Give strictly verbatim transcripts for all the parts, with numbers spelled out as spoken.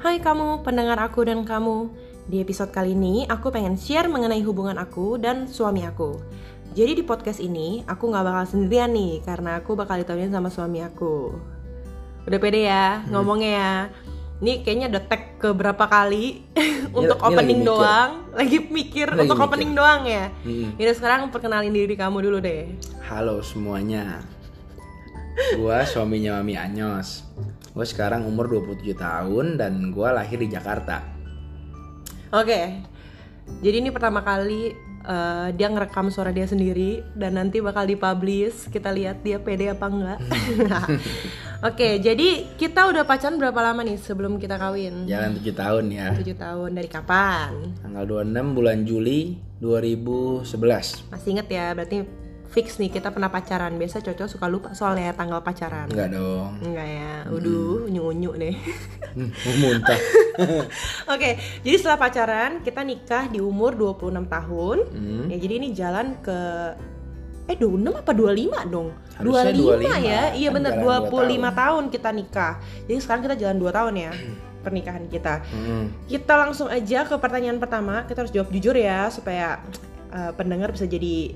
Hai kamu, pendengar aku dan kamu. Di episode kali ini, aku pengen share mengenai hubungan aku dan suami aku. Jadi di podcast ini, aku gak bakal sendirian nih, karena aku bakal ditemenin sama suami aku. Udah pede ya, hmm. ngomongnya ya. Ini kayaknya udah tag ke berapa kali untuk ini opening lagi doang. Lagi mikir lagi untuk mikir. opening doang ya. hmm. Yaudah sekarang perkenalin diri kamu dulu deh. Halo semuanya, gua suaminya Mami Anyos. Gue sekarang umur dua puluh tujuh tahun dan gue lahir di Jakarta. Oke, jadi ini pertama kali uh, dia ngerekam suara dia sendiri dan nanti bakal dipublish. Kita lihat dia pede apa enggak. Oke, jadi kita udah pacaran berapa lama nih sebelum kita kawin? Jalan tujuh tahun ya. tujuh tahun, dari kapan? Tanggal dua puluh enam bulan Juli dua ribu sebelas. Masih inget ya, berarti fix nih kita pernah pacaran. Biasa cowok suka lupa soalnya tanggal pacaran. Enggak dong. Enggak ya, uduh mm. unyu-unyu deh. Mau muntah. Oke, jadi setelah pacaran kita nikah di umur dua puluh enam tahun. mm. Ya jadi ini jalan ke Eh dua puluh enam apa dua puluh lima dong? Harusnya dua puluh lima ya? Iya kan bener, dua puluh lima tahun. tahun kita nikah. Jadi sekarang kita jalan dua tahun ya pernikahan kita. mm. Kita langsung aja ke pertanyaan pertama. Kita harus jawab jujur ya, supaya uh, pendengar bisa jadi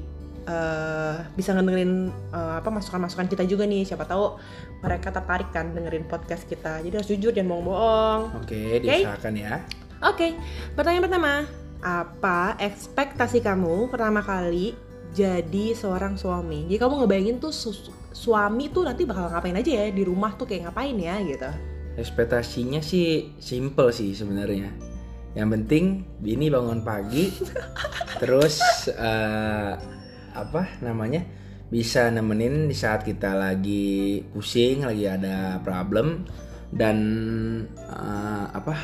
Uh, bisa ngedengerin uh, apa masukan-masukan kita juga nih, siapa tahu mereka tertarik kan dengerin podcast kita. Jadi harus jujur, jangan bohong-bohong. Oke, diusahakan okay? ya. Oke, okay. Pertanyaan pertama, apa ekspektasi kamu pertama kali jadi seorang suami? Jadi kamu ngebayangin tuh su- suami tuh nanti bakal ngapain aja ya di rumah tuh, kayak ngapain ya gitu? Ekspektasinya sih simple sih sebenarnya. Yang penting bini bangun pagi, terus uh, apa namanya bisa nemenin di saat kita lagi pusing, lagi ada problem, dan uh, apa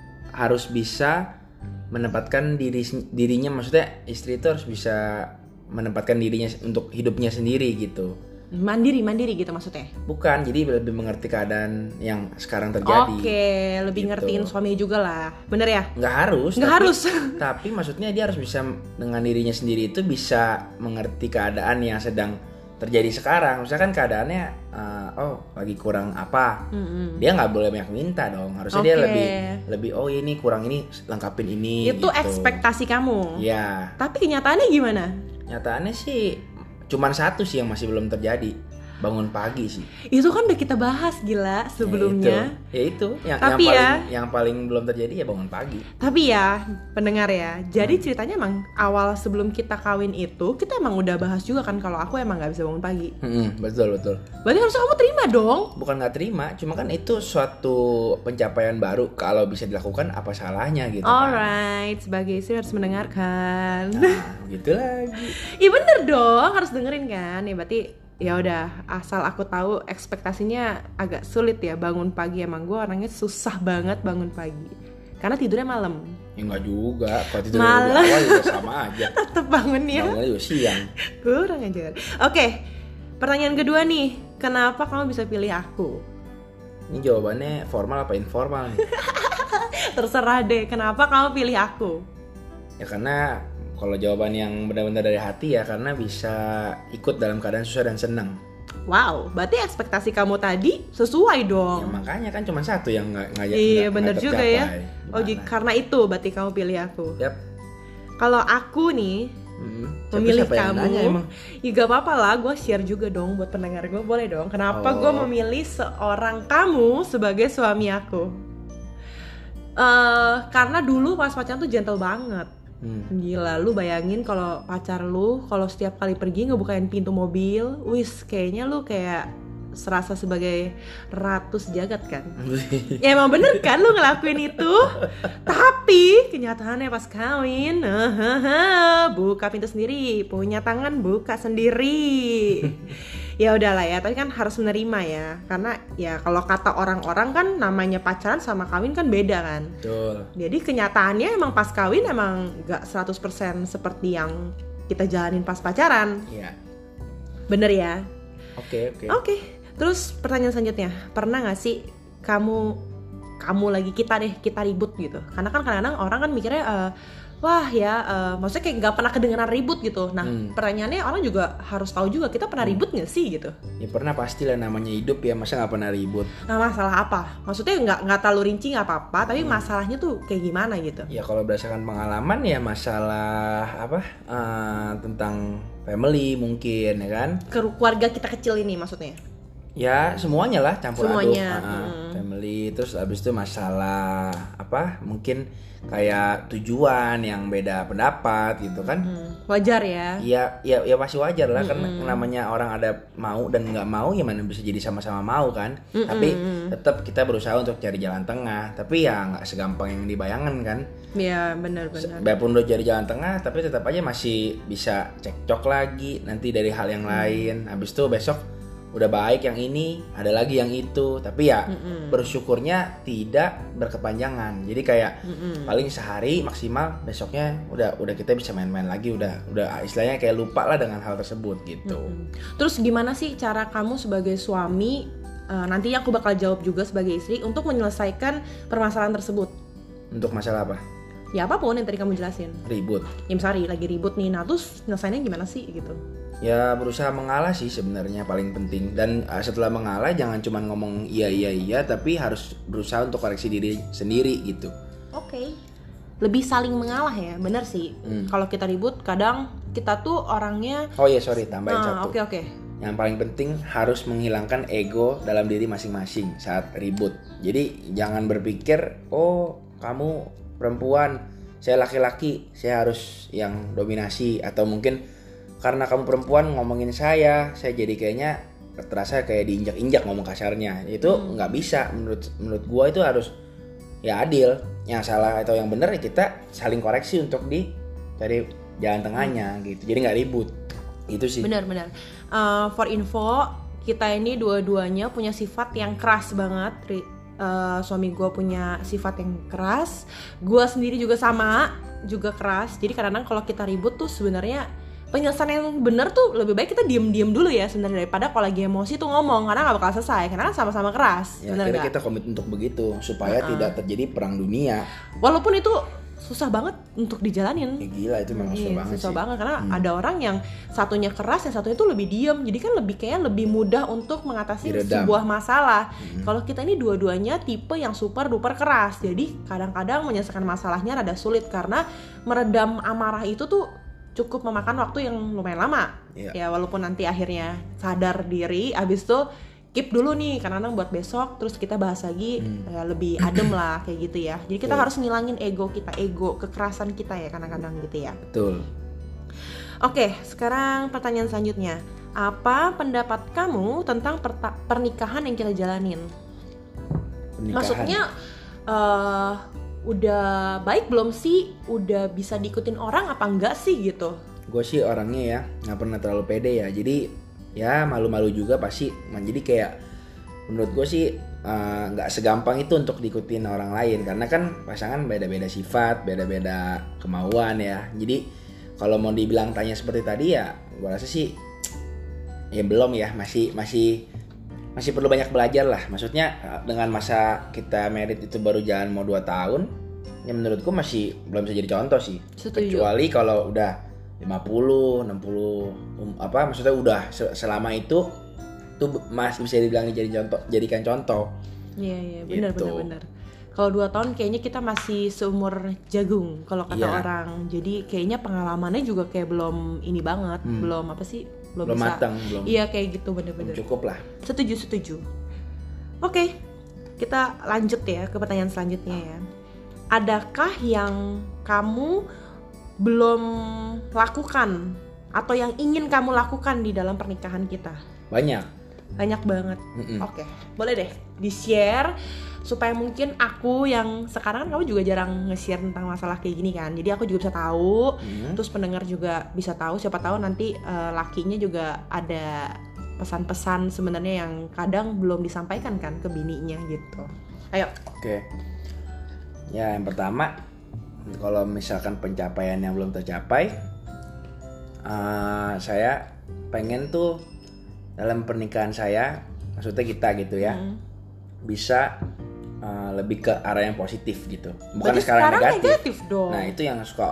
harus bisa menempatkan diri dirinya, maksudnya istri itu harus bisa menempatkan dirinya untuk hidupnya sendiri gitu. Mandiri, mandiri gitu maksudnya? Bukan, jadi lebih mengerti keadaan yang sekarang terjadi. Oke, lebih gitu. Ngertiin suami juga lah, bener ya? Nggak harus. Nggak tapi, harus. Tapi maksudnya dia harus bisa dengan dirinya sendiri itu bisa mengerti keadaan yang sedang terjadi sekarang. Misalkan keadaannya, uh, oh lagi kurang apa, mm-hmm. dia nggak boleh banyak minta dong. Harusnya okay. dia lebih, lebih oh ini kurang ini, lengkapin ini. Itu gitu. Ekspektasi kamu. Ya. Tapi kenyataannya gimana? Nyataannya sih cuman satu sih yang masih belum terjadi, bangun pagi sih. Itu kan udah kita bahas gila sebelumnya. Ya itu, ya itu. Yang, Tapi yang ya, paling yang paling belum terjadi ya bangun pagi. Tapi ya pendengar ya, jadi hmm. ceritanya emang awal sebelum kita kawin itu kita emang udah bahas juga kan kalau aku emang nggak bisa bangun pagi. Hmm, betul betul. Berarti harusnya kamu terima dong? Bukan nggak terima, cuma kan itu suatu pencapaian baru, kalau bisa dilakukan apa salahnya gitu. Alright, kan? Sebagai istri harus mendengarkan. Nah, gitu lagi. Iya bener dong, harus dengerin kan. Ya berarti ya udah, asal aku tahu ekspektasinya agak sulit ya bangun pagi. Emang gue orangnya susah banget bangun pagi karena tidurnya malam. Ya enggak juga, kalau tidur lebih awal juga sama aja. Tetep bangunnya bangunnya juga siang. Kurang ajar. Oke, pertanyaan kedua nih, kenapa kamu bisa pilih aku? Ini jawabannya formal apa informal nih? Terserah deh, kenapa kamu pilih aku? Ya karena kalau jawaban yang benar-benar dari hati ya karena bisa ikut dalam keadaan susah dan senang. Wow, berarti ekspektasi kamu tadi sesuai dong. Ya makanya kan cuma satu yang nggak ngajak. Iya benar juga ya. Gimana? Oh jadi karena itu berarti kamu pilih aku. Yap. Kalau aku nih hmm. memilih kamu, ya gak apa-apa lah, gue share juga dong buat pendengar gue, boleh dong. Kenapa oh. gue memilih seorang kamu sebagai suami aku? Uh, karena dulu pas pacaran tuh gentle banget. Hmm. Gila, lu bayangin kalau pacar lu kalau setiap kali pergi ngebukain pintu mobil, wis kayaknya lu kayak serasa sebagai ratu sejagat kan. Ya emang bener kan lu ngelakuin itu. Tapi kenyataannya pas kawin, uh, buka pintu sendiri, punya tangan buka sendiri. Ya udahlah ya, tapi kan harus menerima ya. Karena ya kalau kata orang-orang kan namanya pacaran sama kawin kan beda kan. Betul. Jadi kenyataannya emang pas kawin emang gak seratus persen seperti yang kita jalanin pas pacaran. Iya. Bener ya? Oke, oke. Oke. Terus pertanyaan selanjutnya, pernah gak sih kamu kamu lagi kita deh kita ribut gitu? Karena kan kadang-kadang orang kan mikirnya uh, wah ya, uh, maksudnya kayak nggak pernah kedengeran ribut gitu. Nah hmm. pertanyaannya orang juga harus tahu juga, kita pernah ribut nggak sih gitu? Ya pernah pastilah, namanya hidup ya, masa nggak pernah ribut. Nah masalah apa? Maksudnya nggak nggak terlalu rinci nggak apa-apa, tapi hmm. masalahnya tuh kayak gimana gitu? Ya kalau berdasarkan pengalaman ya masalah apa uh, tentang family mungkin ya kan? Keluarga kita kecil ini maksudnya? Ya semuanya lah, campur semuanya. aduk, uh, hmm. family, terus abis itu masalah apa mungkin kayak tujuan yang beda pendapat gitu kan. hmm. Wajar ya. Iya ya ya pasti wajar lah, hmm. karena namanya orang ada mau dan nggak mau, gimana bisa jadi sama-sama mau kan. hmm. Tapi tetap kita berusaha untuk cari jalan tengah, tapi ya nggak segampang yang dibayangkan kan. Iya benar-benar. Walaupun udah cari jalan tengah, tapi tetap aja masih bisa cekcok lagi nanti dari hal yang hmm. lain. Habis itu besok udah baik yang ini, ada lagi yang itu, tapi ya Mm-mm. bersyukurnya tidak berkepanjangan. Jadi kayak Mm-mm. paling sehari maksimal, besoknya udah udah kita bisa main-main lagi, udah udah istilahnya kayak lupa lah dengan hal tersebut gitu. Mm-mm. Terus gimana sih cara kamu sebagai suami, uh, nanti aku bakal jawab juga sebagai istri, untuk menyelesaikan permasalahan tersebut? Untuk masalah apa? Ya apapun yang tadi kamu jelasin. Ribut. Ya misalnya lagi ribut nih, nah terus nyelesainnya gimana sih gitu? Ya berusaha mengalah sih sebenarnya paling penting. Dan uh, setelah mengalah jangan cuma ngomong iya iya iya, tapi harus berusaha untuk koreksi diri sendiri gitu. Oke. Okay. Lebih saling mengalah ya, benar sih. Hmm. Kalau kita ribut kadang kita tuh orangnya. Oh iya sorry, tambahin nah, satu. Oke okay, oke. Okay. Yang paling penting harus menghilangkan ego dalam diri masing-masing saat ribut. Jadi jangan berpikir oh kamu perempuan, saya laki-laki, saya harus yang dominasi, atau mungkin karena kamu perempuan ngomongin saya, saya jadi kayaknya terasa kayak diinjak-injak ngomong kasarnya. Itu nggak hmm. bisa, menurut menurut gua itu harus ya adil. Yang salah atau yang benar ya kita saling koreksi untuk di cari jalan tengahnya gitu. Jadi nggak ribut. Itu sih. Benar-benar. Uh, for info, kita ini dua-duanya punya sifat yang keras banget. Uh, suami gua punya sifat yang keras, gua sendiri juga sama, juga keras. Jadi kadang-kadang kalau kita ribut tuh sebenarnya penyelesaian yang benar tuh lebih baik kita diem-diem dulu ya sebenarnya, daripada kalau lagi emosi tuh ngomong, karena nggak bakal selesai, karena sama-sama keras. Ya, akhirnya kita komit untuk begitu supaya uh-uh. tidak terjadi perang dunia. Walaupun itu susah banget untuk dijalanin. Ya, gila itu memang susah iya, banget susah sih. banget karena hmm. ada orang yang satunya keras, yang satunya tuh lebih diem, jadi kan lebih kayak lebih mudah untuk mengatasi Diredam. sebuah masalah. Hmm. Kalau kita ini dua-duanya tipe yang super duper keras, jadi kadang-kadang menyelesaikan masalahnya rada sulit karena meredam amarah itu tuh cukup memakan waktu yang lumayan lama. Yeah. Ya walaupun nanti akhirnya sadar diri, abis itu keep dulu nih kadang-kadang buat besok, terus kita bahas lagi hmm. ya, lebih adem lah kayak gitu ya. Jadi kita yeah. harus ngilangin ego kita, ego, kekerasan kita ya kadang-kadang gitu ya. Betul. Oke, sekarang pertanyaan selanjutnya. Apa pendapat kamu tentang perta- pernikahan yang kita jalanin? Pernikahan. Maksudnya uh, udah baik belum sih? Udah bisa diikutin orang apa enggak sih gitu? Gue sih orangnya ya nggak pernah terlalu pede ya. Jadi ya malu-malu juga pasti. Jadi kayak menurut gue sih nggak uh, segampang itu untuk diikutin orang lain, karena kan pasangan beda-beda sifat, beda-beda kemauan ya. Jadi kalau mau dibilang tanya seperti tadi ya, gue rasa sih ya belum ya, masih masih masih perlu banyak belajar lah. Maksudnya dengan masa kita married itu baru jalan mau dua tahun, ya menurutku masih belum bisa jadi contoh sih. Setuju. Kecuali kalau udah lima puluh, enam puluh um, apa maksudnya udah selama itu tuh masih bisa dibilang jadi contoh, jadikan contoh. Iya iya benar gitu. benar benar. Kalau dua tahun kayaknya kita masih seumur jagung kalau kata yeah. orang. Jadi kayaknya pengalamannya juga kayak belum ini banget, hmm. belum apa sih? Belum, belum bisa. matang, belum. Iya kayak gitu bener-bener. Belum cukup lah. Setuju setuju. Oke, kita lanjut ya ke pertanyaan selanjutnya ya. Adakah yang kamu belum lakukan atau yang ingin kamu lakukan di dalam pernikahan kita? Banyak. Banyak banget. Mm-mm. Oke, boleh deh di-share supaya mungkin aku yang sekarang kan kamu juga jarang nge-share tentang masalah kayak gini kan, jadi aku juga bisa tahu, hmm. terus pendengar juga bisa tahu, siapa tahu nanti uh, lakinya juga ada pesan-pesan sebenarnya yang kadang belum disampaikan kan ke bininya gitu. Ayo. Oke. Ya yang pertama, kalau misalkan pencapaian yang belum tercapai, uh, saya pengen tuh dalam pernikahan saya, maksudnya kita gitu ya, hmm. bisa Uh, lebih ke arah yang positif gitu, bukan Berarti sekarang negatif. negatif dong. Nah itu yang suka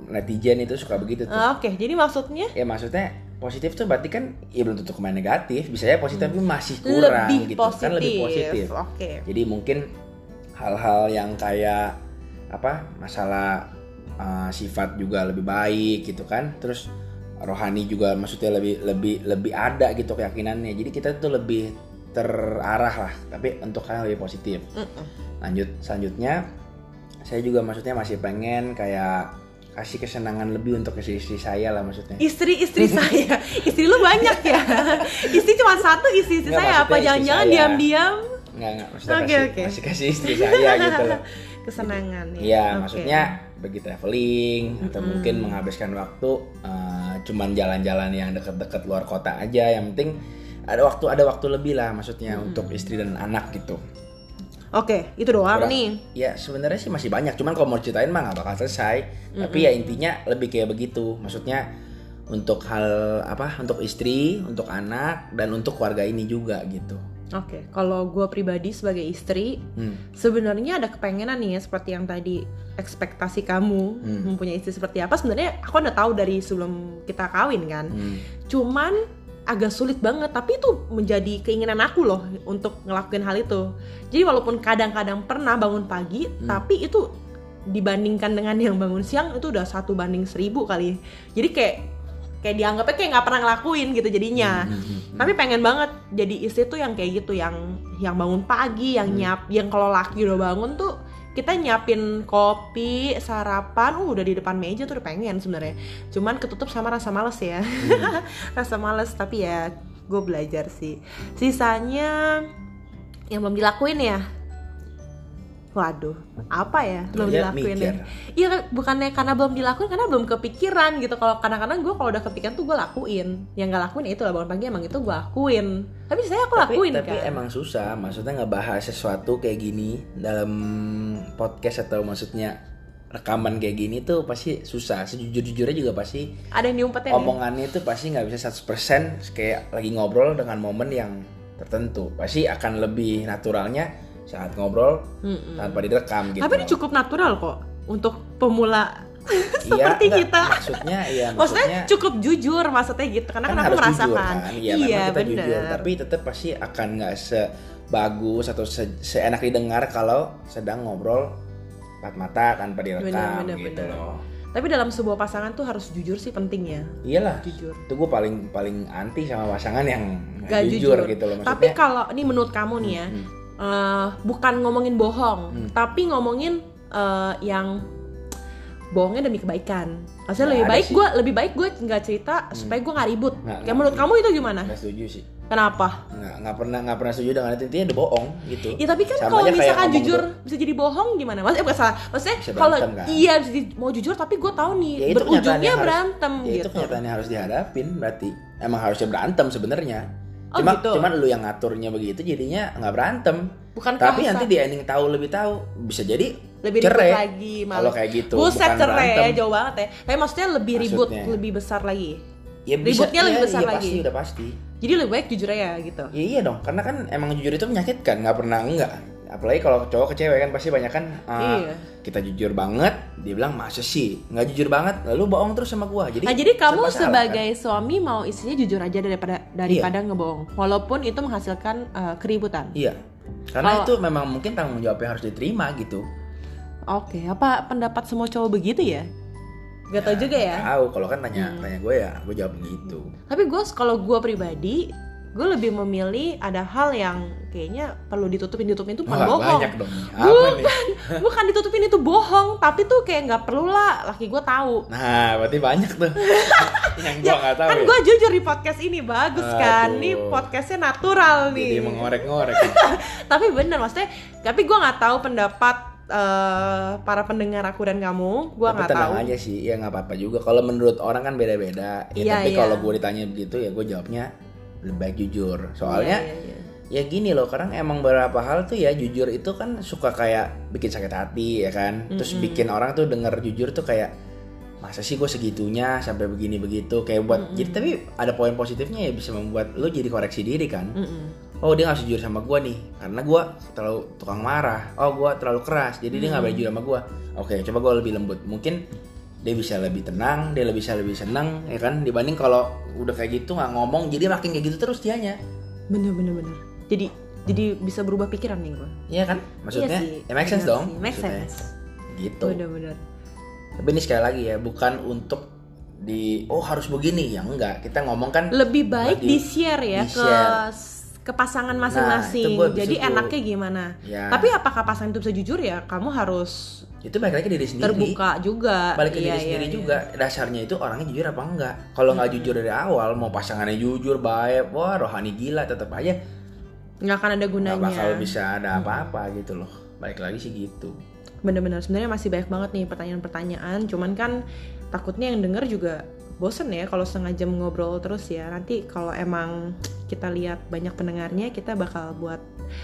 netizen itu suka begitu tuh. Uh, Oke, okay. Jadi maksudnya? Ya maksudnya positif tuh berarti kan ya belum tentu kemarin negatif, bisa ya positif tapi hmm. masih kurang lebih gitu positif. Kan lebih positif. Oke. Okay. Jadi mungkin hal-hal yang kayak apa masalah uh, sifat juga lebih baik gitu kan, terus rohani juga maksudnya lebih lebih lebih ada gitu keyakinannya. Jadi kita tuh lebih terarah lah, tapi untuk hal yang lebih positif. Mm-mm. Lanjut selanjutnya, saya juga maksudnya masih pengen kayak kasih kesenangan lebih untuk istri-istri saya lah maksudnya. Istri-istri saya, istri lu banyak ya? Istri cuma satu, istri-istri saya apa? Jangan-jangan diam-diam? Enggak enggak, maksudnya okay, kasih, okay. kasih kasih istri saya gitu loh. Kesenangan ya. Iya, okay. Maksudnya pergi traveling mm-hmm. atau mungkin menghabiskan waktu uh, cuman jalan-jalan yang dekat-dekat luar kota aja. Yang penting ada waktu ada waktu lebih lah maksudnya hmm. untuk istri dan anak gitu. Oke, itu doang Kurang, nih. Ya sebenarnya sih masih banyak, cuman kalau mau ceritain mah nggak bakal selesai. Mm-hmm. Tapi ya intinya lebih kayak begitu. Maksudnya untuk hal apa? Untuk istri, untuk anak dan untuk keluarga ini juga gitu. Oke, kalau gue pribadi sebagai istri, hmm. sebenarnya ada kepengenan nih ya seperti yang tadi ekspektasi kamu hmm. mempunyai istri seperti apa. Sebenarnya aku udah tahu dari sebelum kita kawin kan. Hmm. Cuman agak sulit banget, tapi itu menjadi keinginan aku loh untuk ngelakuin hal itu. Jadi walaupun kadang-kadang pernah bangun pagi, hmm. tapi itu dibandingkan dengan yang bangun siang itu udah satu banding seribu kali. Jadi kayak kayak dianggapnya kayak nggak pernah ngelakuin gitu jadinya. Hmm, hmm, hmm. Tapi pengen banget jadi istri tuh yang kayak gitu, yang yang bangun pagi, yang hmm. nyap, yang kalau laki udah bangun tuh kita nyiapin kopi, sarapan, uh, udah di depan meja tuh udah pengen sebenarnya. Cuman ketutup sama rasa males ya. Hmm. Rasa males, tapi ya gue belajar sih. Sisanya yang belum dilakuin ya. Waduh, apa ya belum ya, dilakuin mikir. ya? Iya, bukannya karena belum dilakuin, karena belum kepikiran gitu. Kalau kadang-kadang gue kalau udah kepikiran tuh gue lakuin. Yang nggak lakuin ya itu lah, bangun pagi emang itu gue lakuin. Tapi saya aku tapi, lakuin tapi kan. Tapi emang susah, maksudnya ngebahas sesuatu kayak gini dalam podcast atau maksudnya rekaman kayak gini tuh pasti susah. Sejujur-jujurnya juga pasti ada yang diumpetin. Omongannya ya? Tuh pasti nggak bisa seratus persen kayak lagi ngobrol dengan momen yang tertentu. Pasti akan lebih naturalnya saat ngobrol mm-mm. tanpa direkam gitu. Tapi ini cukup natural kok untuk pemula seperti iya, kita. Maksudnya iya maksudnya, maksudnya cukup jujur maksudnya gitu karena kan, kan aku merasakan. Kan? Iya, iya benar. Tapi tetap pasti akan nggak sebagus atau se- seenak didengar kalau sedang ngobrol empat mata tanpa direkam bener, bener, gitu bener. Loh. Tapi dalam sebuah pasangan tuh harus jujur sih pentingnya. Iyalah. Jujur. Itu gue paling paling anti sama pasangan yang nggak jujur, jujur gitu loh. Maksudnya, tapi kalau ini menurut kamu nih ya. Hmm. Uh, bukan ngomongin bohong, hmm. tapi ngomongin uh, yang bohongnya demi kebaikan. Maksudnya lebih baik gue, lebih baik gue nggak cerita hmm. supaya gue nggak ribut. Nggak, Kayak menurut kamu itu gimana? Nggak setuju sih. Kenapa? Nggak, nggak pernah nggak pernah setuju dengan itu, intinya udah bohong gitu. Ya tapi kan kalau misalkan jujur tuh, bisa jadi bohong gimana? Maksudnya bukan salah. Maksudnya kalau kan? Iya mau jujur tapi gue tahu nih ya, berujungnya berantem harus, ya gitu. Itu kenyataannya harus dihadapin berarti. Emang harusnya berantem sebenarnya. Oh, Cuma gitu. cuman lu yang ngaturnya begitu jadinya nggak berantem. Bukan tapi kasar. Nanti di ending tahu lebih tahu bisa jadi lebih cerai lagi kalau kayak gitu. Buset cerai ya, jauh banget ya. Tapi maksudnya lebih ribut, maksudnya. lebih besar lagi. Ya, bisa, ributnya ya, lebih besar iya, lagi. Pasti udah pasti. Jadi lebih baik jujur aja gitu. Ya, iya dong, karena kan emang jujur itu menyakitkan, nggak pernah enggak. Apalagi kalau cowok ke cewek kan pasti banyak kan uh, iya. kita jujur banget, dia bilang masa sih nggak jujur banget, lalu bohong terus sama gua. Jadi, nah, jadi kamu salah, sebagai kan? suami mau istrinya jujur aja daripada daripada iya. ngebohong, walaupun itu menghasilkan uh, keributan. Iya, karena oh. itu memang mungkin tanggung jawabnya harus diterima gitu. Oke, apa pendapat semua cowok begitu ya? Gak ya, tau juga ya. Tahu, kalau kan tanya hmm. tanya gue ya, gue jawab gitu. Tapi gue kalau gue pribadi, gue lebih memilih ada hal yang kayaknya perlu ditutupin ditutupin itu bukan oh, bohong. Banyak dong. Apa bukan, nih? bukan ditutupin itu bohong, tapi tuh kayak nggak perlu lah, laki gue tahu. Nah, berarti banyak tuh. yang gue nggak ya, tahu. Kan ya? Gue jujur di podcast ini bagus Aduh. kan, nih podcastnya natural nih. Jadi mengorek-ngorek. Tapi bener maksudnya, tapi gue nggak tahu pendapat. Uh, para pendengar aku dan kamu, gue nggak tahu. Tenang aja sih, ya nggak apa-apa juga. Kalau menurut orang kan beda-beda. Ya, yeah, tapi yeah. kalau gue ditanya begitu ya gue jawabnya lebih baik jujur. Soalnya yeah, yeah, yeah. ya gini loh, kadang emang beberapa hal tuh ya jujur itu kan suka kayak bikin sakit hati ya kan. Terus mm-hmm. bikin orang tuh denger jujur tuh kayak masa sih gue segitunya sampai begini begitu kayak buat. Mm-hmm. Jadi tapi ada poin positifnya ya, bisa membuat lo jadi koreksi diri kan. Mm-hmm. Oh dia gak jujur sama gue nih karena gue terlalu tukang marah. Oh gue terlalu keras jadi hmm. dia gak boleh jujur sama gue. Oke coba gue lebih lembut. Mungkin dia bisa lebih tenang, dia lebih bisa lebih senang, ya kan, dibanding kalau udah kayak gitu nggak ngomong, jadi makin kayak gitu terus dianya. Bener bener bener. Jadi jadi bisa berubah pikiran nih gue. Iya kan, maksudnya, iya sih, ya make sense dong. Sih, make maksudnya. sense. Gitu. Bener-bener. Tapi ini sekali lagi ya, bukan untuk di oh harus begini, ya enggak. Kita ngomong kan lebih baik di share ya di-share. ke ke pasangan masing-masing. Nah, jadi setuju. enaknya gimana? Ya. Tapi apakah pasangan itu bisa jujur ya? Kamu harus itu balik lagi ke diri sendiri. Terbuka juga. Balik ke iya, diri sendiri iya, juga. Iya. Dasarnya itu orangnya jujur apa enggak? Kalau nggak Hmm. jujur dari awal, mau pasangannya jujur, baik, wah rohani gila, tetap aja Nggak akan ada gunanya. nggak bakal bisa ada apa-apa gitu loh. Balik lagi sih gitu. Bener-bener sebenarnya masih banyak banget nih pertanyaan-pertanyaan. Cuman kan takutnya yang denger juga bosen ya kalau setengah jam ngobrol terus ya. Nanti kalau emang kita lihat banyak pendengarnya, kita bakal buat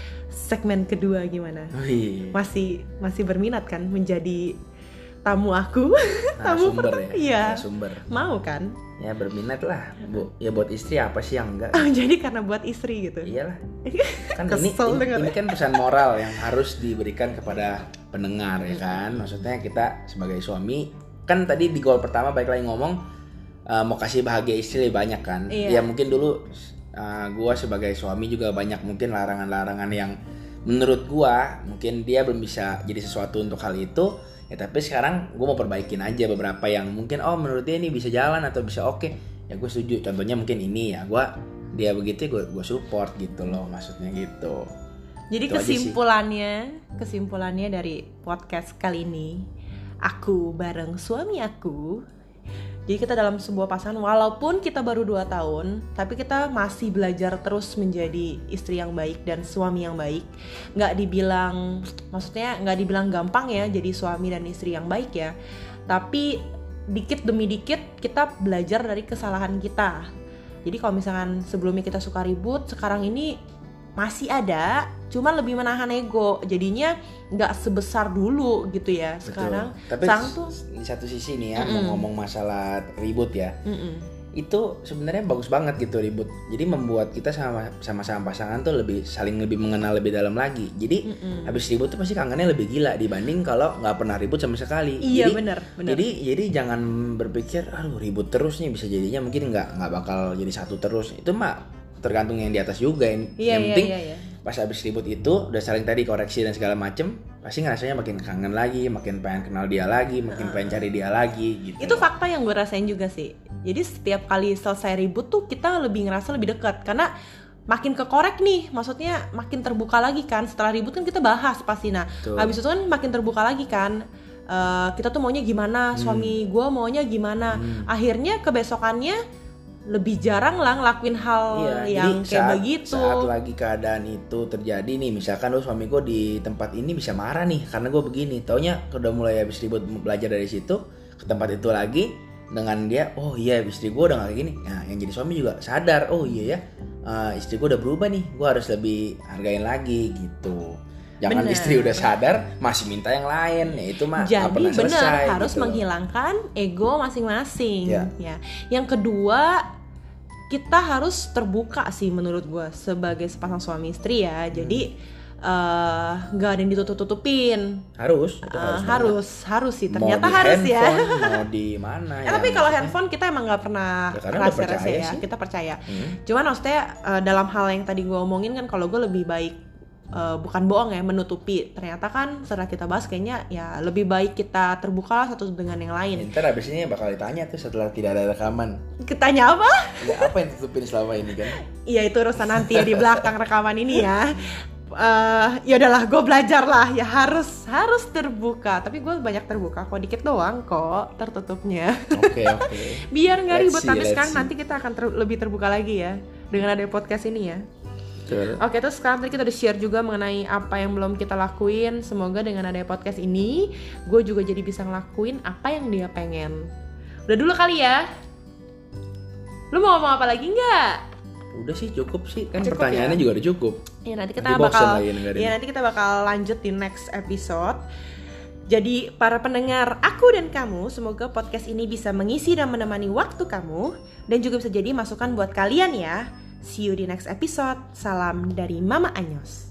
segmen kedua gimana? Wih. Masih masih berminat kan menjadi tamu aku? Nah, tamu sumber pertama. ya. Iya. Nah, sumber. Mau kan? Ya berminat lah, Bu. Ya buat istri apa sih yang enggak? Oh, jadi karena buat istri gitu. Iyalah. Kan ini, Kesel ini, denger. ini kan pesan moral yang harus diberikan kepada pendengar ya kan. Maksudnya kita sebagai suami kan tadi di goal pertama baik lagi ngomong uh, mau kasih bahagia istri lebih banyak kan. Iya. Ya mungkin dulu uh, gua sebagai suami juga banyak mungkin larangan-larangan yang menurut gua mungkin dia belum bisa jadi sesuatu untuk hal itu. Ya tapi sekarang gue mau perbaikin aja beberapa yang mungkin oh menurut dia ini bisa jalan atau bisa oke. Ya gue setuju. Contohnya mungkin ini ya gue dia begitu gue gue support gitu loh, maksudnya gitu. Jadi Itu aja sih. kesimpulannya, kesimpulannya dari podcast kali ini, aku bareng suami aku. Jadi kita dalam sebuah pasangan, walaupun kita baru dua tahun, tapi kita masih belajar terus menjadi istri yang baik dan suami yang baik. Nggak dibilang, maksudnya nggak dibilang gampang ya jadi suami dan istri yang baik ya. Tapi dikit demi dikit kita belajar dari kesalahan kita. Jadi kalau misalkan sebelumnya kita suka ribut, sekarang ini masih ada, cuman lebih menahan ego, jadinya nggak sebesar dulu gitu ya. Sekarang tapi sekarang tuh di satu sisi nih ya, Mm-mm. mau ngomong masalah ribut ya, mm-mm. itu sebenarnya bagus banget gitu ribut. Jadi membuat kita sama sama-sama pasangan tuh lebih saling lebih mengenal lebih dalam lagi. Jadi Mm-mm. habis ribut tuh pasti kangennya lebih gila dibanding kalau nggak pernah ribut sama sekali. Iya jadi, benar, benar. Jadi jadi jangan berpikir aduh ribut terus nih, bisa jadinya mungkin nggak nggak bakal jadi satu terus. Itu mah tergantung yang di atas juga. Yang, Iya, yang iya, penting iya, iya. pas habis ribut itu udah saling tadi koreksi dan segala macem, pasti ngerasanya makin kangen lagi, makin pengen kenal dia lagi, makin pengen cari dia lagi gitu. Itu fakta yang gue rasain juga sih. Jadi setiap kali selesai ribut tuh kita lebih ngerasa lebih dekat karena makin kekorek nih, maksudnya makin terbuka lagi kan. Setelah ribut kan kita bahas pasti. Nah, Betul. habis itu kan makin terbuka lagi kan. Uh, kita tuh maunya gimana, suami gue maunya gimana. Hmm. Akhirnya kebesokannya lebih jarang lah ngelakuin hal Iya, yang jadi kayak saat, begitu. saat lagi keadaan itu terjadi nih, misalkan lo suami gue di tempat ini bisa marah nih karena gue begini, taunya udah mulai habis ribut belajar dari situ ke tempat itu lagi dengan dia, oh iya istri gue udah gak kayak gini. Nah yang jadi suami juga sadar, oh iya ya uh, istri gue udah berubah nih, gue harus lebih hargain lagi gitu. Jangan Bener. istri udah sadar masih minta yang lain, ya itu mah Jadi gak pernah benar selesai harus gitu. menghilangkan ego masing-masing. Ya. Ya. Yang kedua, kita harus terbuka sih menurut gue sebagai sepasang suami istri ya. Jadi nggak uh, ada yang ditutup-tutupin. Harus, itu Uh, harus, harus, harus sih. Ternyata mau di harus ya. handphone, mau di mana. Eh, tapi kalau handphone kita emang nggak pernah Ya, karena udah rahasia-rahasia percaya ya. sih. Kita percaya. Hmm. Cuman maksudnya uh, dalam hal yang tadi gue omongin kan, kalau gue lebih baik uh, bukan bohong ya, menutupi. Ternyata kan setelah kita bahas kayaknya ya lebih baik kita terbuka satu dengan yang lain. Ntar abis ini bakal ditanya tuh setelah tidak ada rekaman, Ketanya apa? ya apa yang tutupin selama ini kan? Iya itu urusan nanti ya di belakang rekaman ini ya. Uh, ya udahlah, gue belajar lah ya, harus harus terbuka. Tapi gue banyak terbuka kok, dikit doang kok tertutupnya. Oke oke. Biar nggak Let's ribut. see, Tapi let's sekarang see. nanti kita akan ter- lebih terbuka lagi ya dengan ada podcast ini ya. Betul. Oke, terus sekarang tadi kita udah share juga mengenai apa yang belum kita lakuin. Semoga dengan ada podcast ini, gue juga jadi bisa ngelakuin apa yang dia pengen. Udah dulu kali ya. Lu mau ngomong apa lagi nggak? Udah sih cukup sih kan, Cukup pertanyaannya ya? juga udah cukup. Ya nanti kita Nanti bosen bakal, lagi dengerin. ya nanti kita bakal lanjut di next episode. Jadi para pendengar aku dan kamu, semoga podcast ini bisa mengisi dan menemani waktu kamu dan juga bisa jadi masukan buat kalian ya. See you di next episode. Salam dari Mama Anyos.